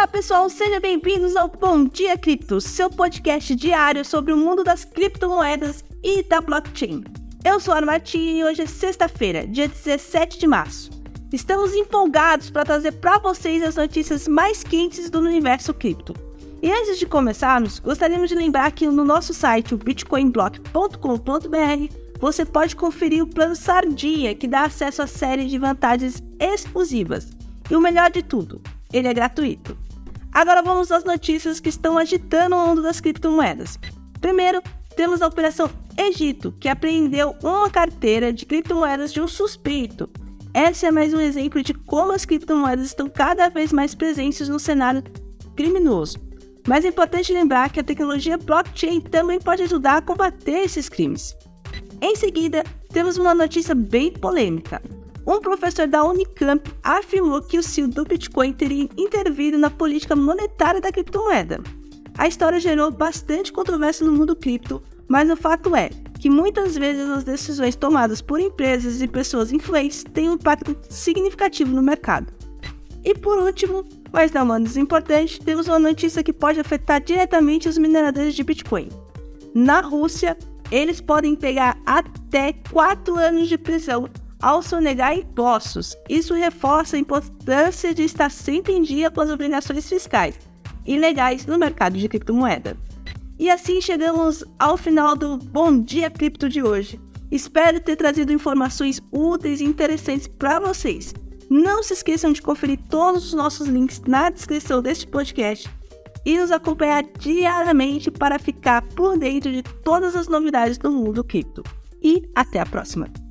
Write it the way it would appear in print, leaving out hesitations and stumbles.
Olá pessoal, sejam bem-vindos ao Bom Dia Cripto, seu podcast diário sobre o mundo das criptomoedas e da blockchain. Eu sou a Ana Martins e hoje é sexta-feira, dia 17 de março. Estamos empolgados para trazer para vocês as notícias mais quentes do universo cripto. E antes de começarmos, gostaríamos de lembrar que no nosso site, o bitcoinblock.com.br, você pode conferir o plano Sardinha, que dá acesso a série de vantagens exclusivas. E o melhor de tudo, ele é gratuito. Agora vamos às notícias que estão agitando o mundo das criptomoedas. Primeiro, temos a Operação Egito, que apreendeu uma carteira de criptomoedas de um suspeito. Esse é mais um exemplo de como as criptomoedas estão cada vez mais presentes no cenário criminoso. Mas é importante lembrar que a tecnologia blockchain também pode ajudar a combater esses crimes. Em seguida, temos uma notícia bem polêmica. Um professor da Unicamp afirmou que o CEO do Bitcoin teria intervido na política monetária da criptomoeda. A história gerou bastante controvérsia no mundo cripto, mas o fato é que muitas vezes as decisões tomadas por empresas e pessoas influentes têm um impacto significativo no mercado. E por último, mas não menos importante, temos uma notícia que pode afetar diretamente os mineradores de Bitcoin. Na Rússia, eles podem pegar até 4 anos de prisão ao sonegar impostos. Isso reforça a importância de estar sempre em dia com as obrigações fiscais e legais no mercado de criptomoeda. E assim chegamos ao final do Bom Dia Cripto de hoje. Espero ter trazido informações úteis e interessantes para vocês. Não se esqueçam de conferir todos os nossos links na descrição deste podcast e nos acompanhar diariamente para ficar por dentro de todas as novidades do mundo cripto. E até a próxima!